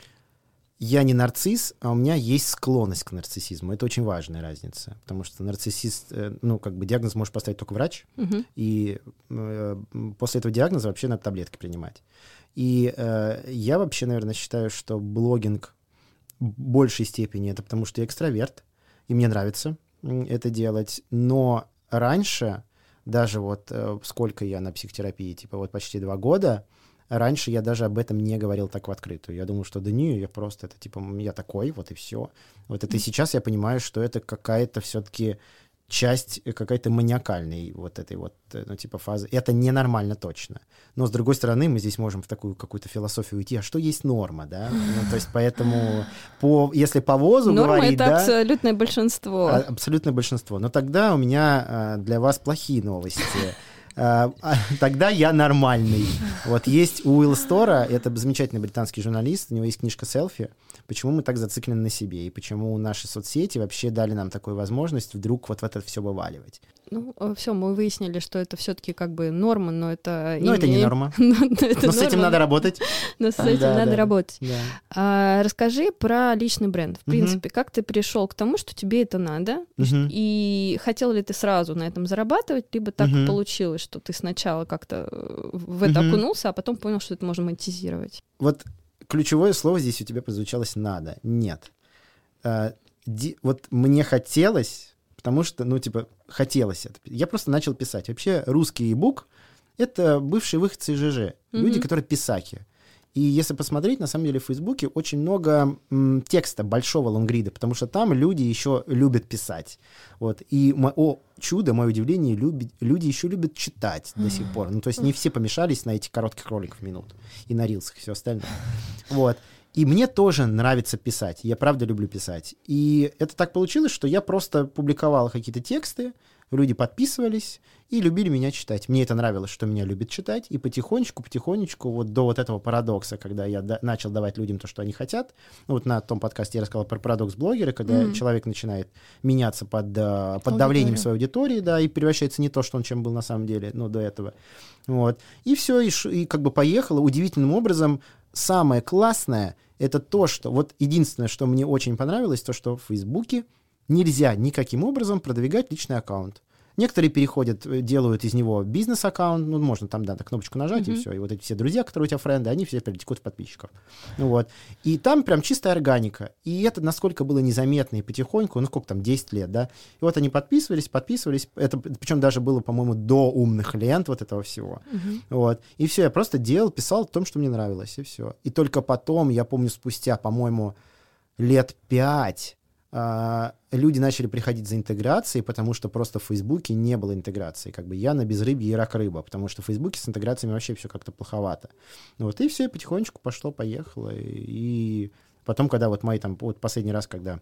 я не нарцисс, а у меня есть склонность к нарциссизму. Это очень важная разница, потому что нарциссист, э, ну, как бы диагноз может поставить только врач, mm-hmm. и э, после этого диагноза вообще надо таблетки принимать. И э, я вообще, наверное, считаю, что блогинг в большей степени это потому, что я экстраверт, и мне нравится это делать. Но раньше, даже вот э, сколько я на психотерапии, типа вот почти два года, раньше я даже об этом не говорил так в открытую. Я думал, что да не, я просто, это типа, я такой, вот и все. Вот это и сейчас я понимаю, что это какая-то все-таки часть какой-то маниакальной вот этой вот, ну, типа, фазы. Это ненормально точно. Но, с другой стороны, мы здесь можем в такую какую-то философию уйти. А что есть норма, да? Ну, то есть, поэтому, по, если по ВОЗу норма говорить, это да, абсолютное большинство. А, абсолютное большинство. Но тогда у меня а, для вас плохие новости. Uh, тогда я нормальный. Вот есть Уилл Стора, это замечательный британский журналист, у него есть книжка «Селфи», почему мы так зациклены на себе, и почему наши соцсети вообще дали нам такую возможность вдруг вот в это все вываливать. Ну, все, мы выяснили, что это все-таки как бы норма, но это... Ну, это не норма. Но с этим надо работать. Но с этим надо работать. Расскажи про личный бренд. В принципе, как ты пришел к тому, что тебе это надо, и хотел ли ты сразу на этом зарабатывать, либо так получилось, что ты сначала как-то в это окунулся, а потом понял, что это можно монетизировать? Вот ключевое слово здесь у тебя прозвучалось «надо». Нет. Вот мне хотелось... Потому что, ну, типа, хотелось это. Я просто начал писать. Вообще, русский e-book — это бывшие выходцы из ЖЖ. Mm-hmm. Люди, которые писаки. И если посмотреть, на самом деле, в Фейсбуке очень много м, текста, большого лонгрида, потому что там люди еще любят писать. Вот. И, о чудо, мое удивление, люби, люди еще любят читать до сих пор. Ну, то есть не все помешались на этих коротких роликах в минуту. И на рилсах, и все остальное. Вот. И мне тоже нравится писать. Я правда люблю писать. И это так получилось, что я просто публиковал какие-то тексты, люди подписывались и любили меня читать. Мне это нравилось, что меня любят читать. И потихонечку, потихонечку, вот до вот этого парадокса, когда я да, начал давать людям то, что они хотят. Ну, вот на том подкасте я рассказал про парадокс блогера, когда mm-hmm. человек начинает меняться под, под давлением своей аудитории, да, и превращается не то, что он чем был на самом деле, ну, до этого. Вот. И все, и, и как бы поехало. Удивительным образом самое классное — это то, что... Вот единственное, что мне очень понравилось, то, что в Фейсбуке нельзя никаким образом продвигать личный аккаунт. Некоторые переходят, делают из него бизнес-аккаунт, ну, можно там, да, на кнопочку нажать, mm-hmm. и все. И вот эти все друзья, которые у тебя френды, они все перетекут в подписчиков. Ну, вот. И там прям чистая органика. И это насколько было незаметно и потихоньку, ну, сколько там, десять лет, да. И вот они подписывались, подписывались. Это, причем даже было, по-моему, до умных лент вот этого всего. Mm-hmm. Вот. И все, я просто делал, писал о том, что мне нравилось, и все. И только потом, я помню, спустя, по-моему, лет пять, Uh, люди начали приходить за интеграцией, потому что просто в Фейсбуке не было интеграции. Как бы я на безрыбье и рак рыба, потому что в Фейсбуке с интеграциями вообще все как-то плоховато. Вот, и все, потихонечку пошло-поехало. И, и потом, когда вот мои там, вот последний раз, когда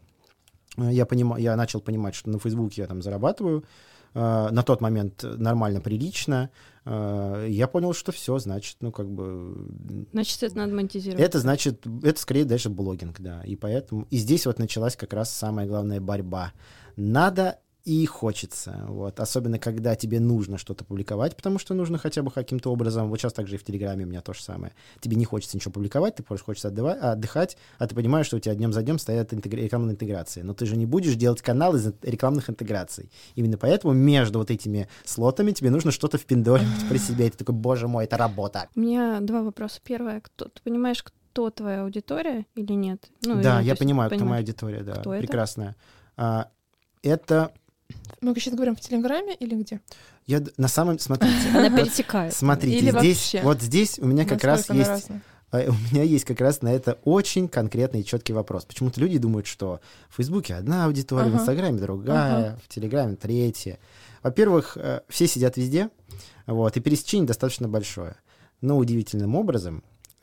я, поним, я начал понимать, что на Фейсбуке я там зарабатываю, uh, на тот момент нормально, прилично, uh, я понял, что все, значит, ну, как бы... Значит, это надо монетизировать. Это значит, это скорее даже блогинг, да, и поэтому... И здесь вот началась как раз самая главная борьба. Надо и хочется, вот, особенно когда тебе нужно что-то публиковать, потому что нужно хотя бы каким-то образом, вот сейчас также и в Телеграме у меня то же самое, тебе не хочется ничего публиковать, ты просто хочется отдыхать, отдыхать, а ты понимаешь, что у тебя днем за днем стоят интегра- рекламные интеграции, но ты же не будешь делать канал из рекламных интеграций, именно поэтому между вот этими слотами тебе нужно что-то впендоривать про себя, и ты такой, боже мой, это работа. У меня два вопроса. Первое, кто, ты понимаешь, кто твоя аудитория или нет? Ну, да, или, я понимаю, кто понимаешь, моя аудитория, да, кто прекрасная. А, это... Мы сейчас говорим в Телеграме или где? Я на самом... Смотрите. Она перетекает. Смотрите, или здесь, вообще? вот здесь у меня как раз есть... Разная? У меня есть как раз на это очень конкретный и четкий вопрос. Почему-то люди думают, что в Фейсбуке одна аудитория, ага. в Инстаграме другая, ага. в Телеграме третья. Во-первых, все сидят везде, вот, и пересечение достаточно большое. Но удивительным образом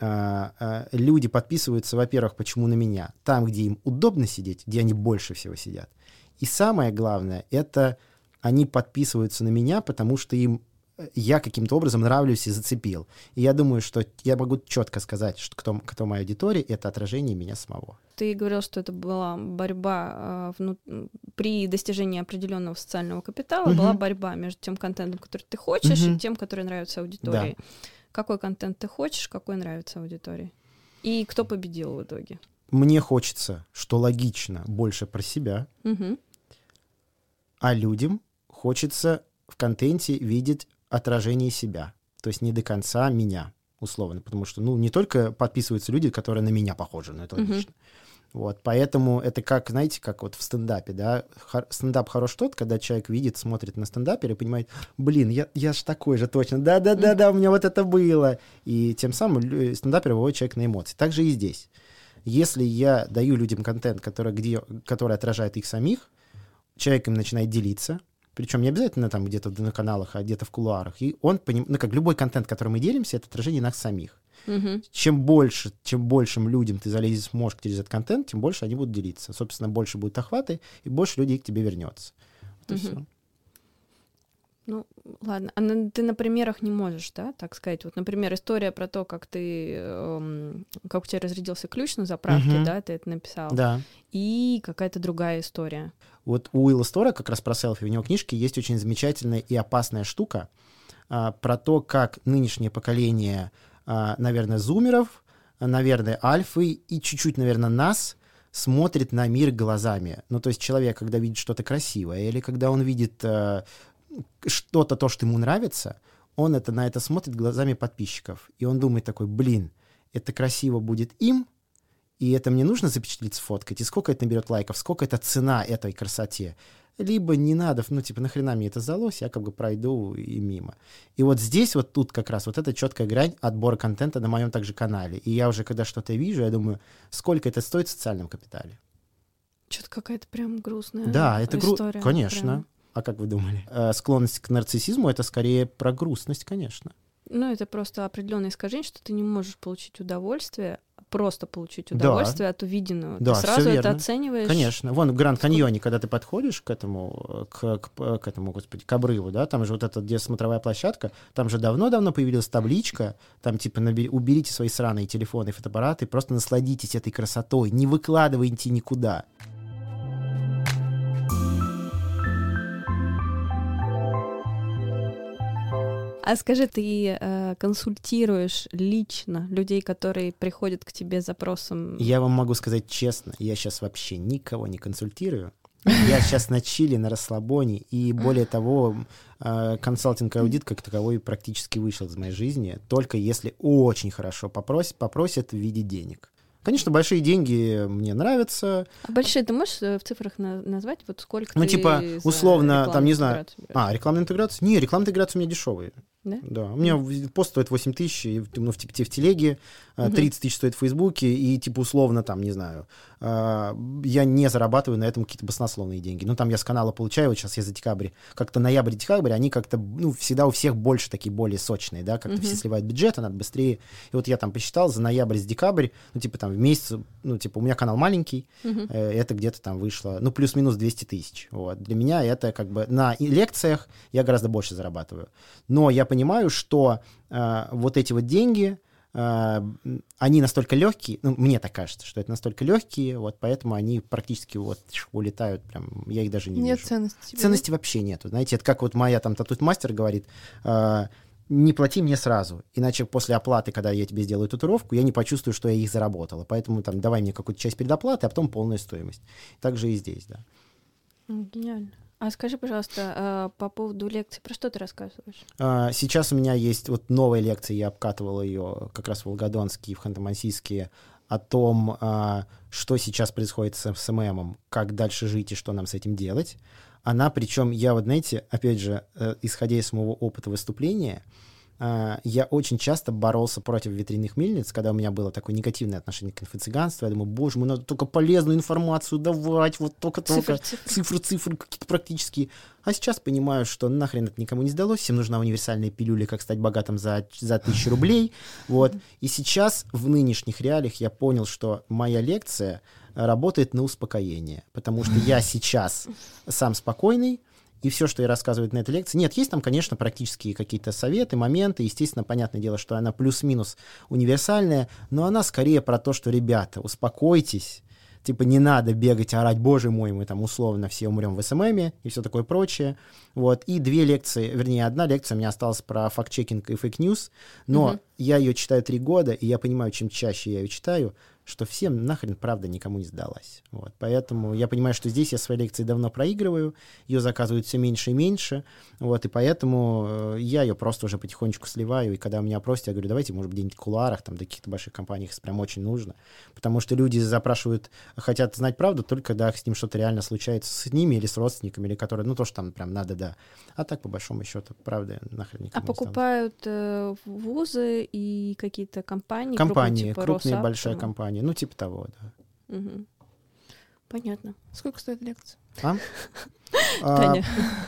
люди подписываются, во-первых, почему на меня? Там, где им удобно сидеть, где они больше всего сидят. И самое главное, это они подписываются на меня, потому что им я каким-то образом нравлюсь и зацепил. И я думаю, что я могу четко сказать, что кто, кто моя аудитория, это отражение меня самого. Ты говорил, что это была борьба э, вну... при достижении определенного социального капитала, угу. была борьба между тем контентом, который ты хочешь, угу. и тем, который нравится аудитории. Да. Какой контент ты хочешь, какой нравится аудитории? И кто победил в итоге? Мне хочется, что логично, больше про себя, угу. а людям хочется в контенте видеть отражение себя, то есть не до конца меня, условно, потому что, ну, не только подписываются люди, которые на меня похожи, но это логично. Uh-huh. Вот, поэтому это как, знаете, как вот в стендапе, да, Хор- стендап хорош тот, когда человек видит, смотрит на стендапера и понимает, блин, я, я ж такой же точно, да-да-да-да, у меня вот это было, и тем самым стендапер выводит человека на эмоции. Так же и здесь. Если я даю людям контент, который, где, который отражает их самих, человек им начинает делиться, причем не обязательно там где-то на каналах, а где-то в кулуарах. И он, поним... ну, как любой контент, который мы делимся, это отражение нас самих. Uh-huh. Чем больше, чем большим людям ты залезешь в мозг через этот контент, тем больше они будут делиться. Собственно, больше будет охваты, и больше людей к тебе вернется. Вот uh-huh. и все. Ну, ладно. А на, ты на примерах не можешь, да, так сказать? Вот, например, история про то, как ты, эм, как у тебя разрядился ключ на заправке, uh-huh. да, ты это написал. Да. И какая-то другая история. Вот у Уилла Стора, как раз про селфи, у него книжки есть очень замечательная и опасная штука а, про то, как нынешнее поколение, а, наверное, зумеров, наверное, альфы и чуть-чуть, наверное, нас смотрит на мир глазами. Ну, то есть человек, когда видит что-то красивое или когда он видит а, что-то, то, что ему нравится, он это, на это смотрит глазами подписчиков. И он думает такой, блин, это красиво будет им, и это мне нужно запечатлеть, сфоткать, и сколько это наберет лайков, сколько это цена этой красоте. Либо не надо, ну, типа, нахрена мне это сдалось, я как бы пройду и мимо. И вот здесь, вот тут как раз, вот эта четкая грань отбора контента на моем также канале. И я уже, когда что-то вижу, я думаю, сколько это стоит в социальном капитале. Что-то какая-то прям грустная да, это история. Гру... Конечно. Прям. А как вы думали? Э, склонность к нарциссизму — это скорее про грустность, конечно. Ну, это просто определенное искажение, что ты не можешь получить удовольствие, просто получить удовольствие да. от увиденного. Да, ты сразу это верно. оцениваешь. Конечно. Вон в Гранд-Каньоне, когда ты подходишь к этому, к, к, к этому, господи, к обрыву, да, там же вот эта где смотровая площадка, там же давно-давно появилась табличка, там типа наби- уберите свои сраные телефоны и фотоаппараты, просто насладитесь этой красотой, не выкладывайте никуда. А скажи, ты э, консультируешь лично людей, которые приходят к тебе с запросом? Я вам могу сказать честно, я сейчас вообще никого не консультирую. Я сейчас на чиле, на расслабоне, и более того, э, консалтинг-аудит как таковой практически вышел из моей жизни, только если очень хорошо попросят, попросят в виде денег. Конечно, большие деньги мне нравятся. А большие ты можешь в цифрах на- назвать? Вот сколько ну, ты типа, условно, там, не знаю... берешь? А, рекламная интеграция? Не, рекламная интеграция у меня дешевые. Да? Да. У меня пост стоит восемь тысяч, ну, в, в, в телеге, тридцать тысяч стоит в Фейсбуке, и, типа, условно, там, не знаю, я не зарабатываю на этом какие-то баснословные деньги. Ну, там я с канала получаю, вот сейчас я за декабрь, как-то ноябрь-декабрь, они как-то, ну, всегда у всех больше такие более сочные, да, как-то uh-huh. все сливают бюджет, а надо быстрее. И вот я там посчитал, за ноябрь, с декабрь, ну, типа, там, в месяц, ну, типа, у меня канал маленький, uh-huh. э, это где-то там вышло, ну, плюс-минус двести тысяч. Вот. Для меня это, как бы, на лекциях я гораздо больше зарабатываю. Но я понимаю, что э, вот эти вот деньги, э, они настолько легкие, ну, мне так кажется, что это настолько легкие, вот, поэтому они практически вот улетают, прям, я их даже не нет вижу. Ценности. Ценности вообще нету, знаете, это как вот моя там тату-мастер говорит, э, не плати мне сразу, иначе после оплаты, когда я тебе сделаю татуировку, я не почувствую, что я их заработала, поэтому там давай мне какую-то часть предоплаты, а потом полная стоимость. Так же и здесь, да. Гениально. А скажи, пожалуйста, по поводу лекций, про что ты рассказываешь? Сейчас у меня есть вот новая лекция, я обкатывал ее как раз в Волгодонске и в Ханты-Мансийске, о том, что сейчас происходит с эс эм эм, как дальше жить и что нам с этим делать. Она, причем, я вот, знаете, опять же, исходя из моего опыта выступления, я очень часто боролся против ветряных мельниц, когда у меня было такое негативное отношение к инфо-цыганству. Я думаю, боже мой, надо только полезную информацию давать, вот только-только цифры-цифры какие-то практические. А сейчас понимаю, что нахрен это никому не сдалось, всем нужна универсальная пилюля, как стать богатым за, за тысячу рублей. Вот. И сейчас в нынешних реалиях я понял, что моя лекция работает на успокоение, потому что я сейчас сам спокойный, и все, что ей рассказывают на этой лекции. Нет, есть там, конечно, практические какие-то советы, моменты. Естественно, понятное дело, что она плюс-минус универсальная, но она скорее про то, что, ребята, успокойтесь, типа не надо бегать, орать, боже мой, мы там условно все умрем в эс эм эм и все такое прочее. Вот. И две лекции, вернее, одна лекция у меня осталась про факт-чекинг и фейк-ньюс, но mm-hmm. я ее читаю три года, и я понимаю, чем чаще я ее читаю, что всем нахрен правда никому не сдалась. Вот. Поэтому я понимаю, что здесь я свои лекции давно проигрываю, ее заказывают все меньше и меньше, вот, и поэтому э, я ее просто уже потихонечку сливаю, и когда меня просят, я говорю, давайте, может быть, где-нибудь в кулуарах, там, до каких-то больших компаний, их прям очень нужно, потому что люди запрашивают, хотят знать правду только когда с ним что-то реально случается с ними или с родственниками, или которые, ну, то, что там прям надо, да. А так, по большому счету, правда, нахрен никому А покупают э, вузы и какие-то компании? Компании, крупные, типа крупные, Росатома? большая компания. Ну, типа того, да. Угу. Понятно. Сколько стоит лекция? А? Таня.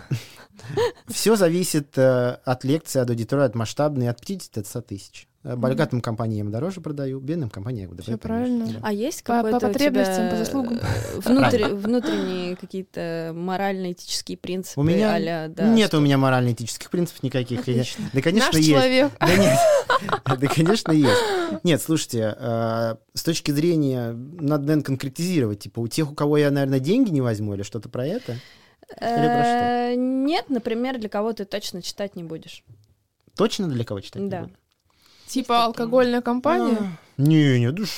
Все зависит э, от лекции, от аудитории, от масштабной, от пятидесяти до ста тысяч. Богатым компаниям дороже продаю, бедным компаниям дороже. Все правильно. Да. А есть По, какой-то по потребностям, у тебя по заслугам. внутри, внутренние какие-то морально-этические принципы? У меня а-ля, да, нет что... у меня морально-этических принципов никаких. Отлично. Да, конечно, Наш есть. человек. Да нет, да, конечно, есть. Нет, слушайте, э, с точки зрения, надо, наверное, конкретизировать. Типа, у тех, у кого я, наверное, деньги не возьму или что-то про это? Или про что? Нет, например, для кого ты точно читать не будешь. Точно для кого читать? Да. Типа алкогольная компания? Не, не, душ.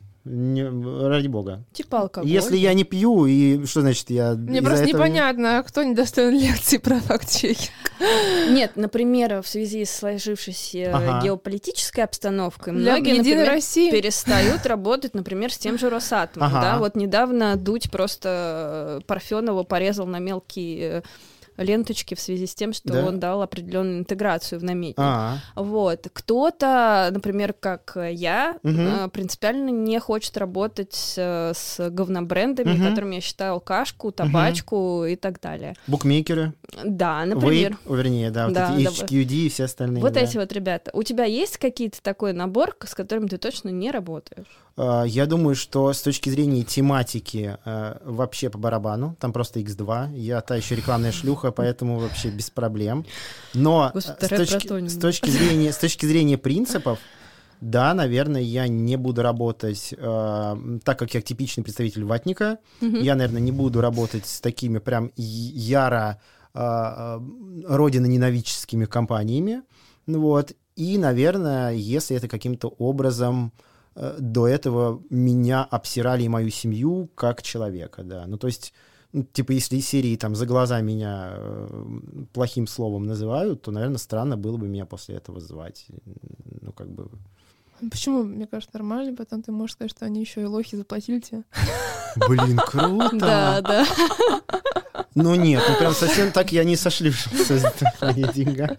Не, ради бога. Типа алкоголь. Если я не пью, и что значит я... Мне просто этого... непонятно, кто не достоин лекции про факт-чекинг. Нет, например, в связи с сложившейся ага. геополитической обстановкой, Для многие, например, России. перестают работать, например, с тем же Росатомом. Ага. Да? Вот недавно Дудь просто Парфенова порезал на мелкие ленточки в связи с тем, что да? он дал определенную интеграцию в наметник. А-а. Вот. Кто-то, например, как я, угу. принципиально не хочет работать с, с говнобрендами, угу. которыми я считаю алкашку, табачку угу. и так далее. Букмекеры? Да, например. Вейп, вернее, да, вот да, эти да, эйч кью ди и все остальные. Вот да. эти вот ребята. У тебя есть какие-то такой набор, с которым ты точно не работаешь? Я думаю, что с точки зрения тематики вообще по барабану, там просто икс два, я та еще рекламная шлюха, поэтому вообще без проблем. Но Господи, с, точки, с, точки зрения, с точки зрения принципов, да, наверное, я не буду работать, э, так как я типичный представитель ватника, mm-hmm. я, наверное, не буду работать с такими прям яро э, родиноненавидческими компаниями, вот, и, наверное, если это каким-то образом э, до этого меня обсирали и мою семью как человека, да, ну, то есть, ну, типа, если из серии там за глаза меня э, плохим словом называют, то, наверное, странно было бы меня после этого звать, ну, как бы... Почему? Мне кажется, нормально, потом ты можешь сказать, что они еще и лохи заплатили тебе. Блин, круто! Да, да. Ну нет, ну прям совсем так я не сошлюшился за твои деньги.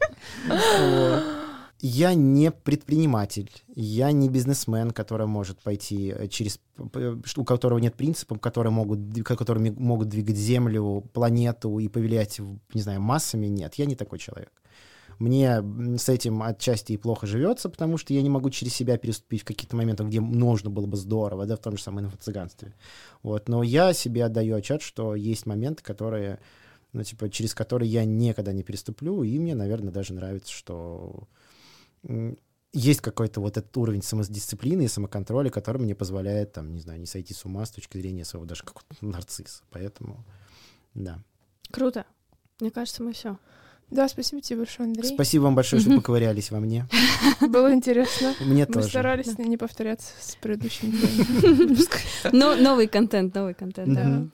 Я не предприниматель, я не бизнесмен, который может пойти через... у которого нет принципов, которые могут, которыми могут двигать Землю, планету и повелять, не знаю, массами. Нет, я не такой человек. Мне с этим отчасти и плохо живется, потому что я не могу через себя переступить в каких-то моментах, где нужно было бы здорово, да, в том же самом инфо-цыганстве. Вот. Но я себе отдаю отчет, что есть моменты, которые, ну, типа, через которые я никогда не переступлю, и мне, наверное, даже нравится, что есть какой-то вот этот уровень самодисциплины и самоконтроля, который мне позволяет, там, не знаю, не сойти с ума с точки зрения своего даже какого-то нарцисса. Поэтому, да. Круто. Мне кажется, мы все. Да, спасибо тебе большое, Андрей. Спасибо вам большое, что поковырялись во мне. Было интересно. Мне Мы тоже. Мы старались не повторяться с предыдущими выпусками. Ну, новый контент, новый контент, да.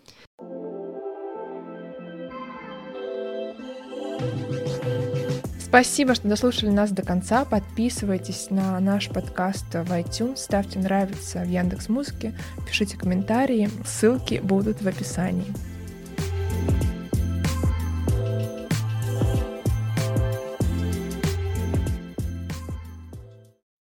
Спасибо, что дослушали нас до конца. Подписывайтесь на наш подкаст в iTunes, ставьте нравится в Яндекс.Музыке, пишите комментарии, ссылки будут в описании.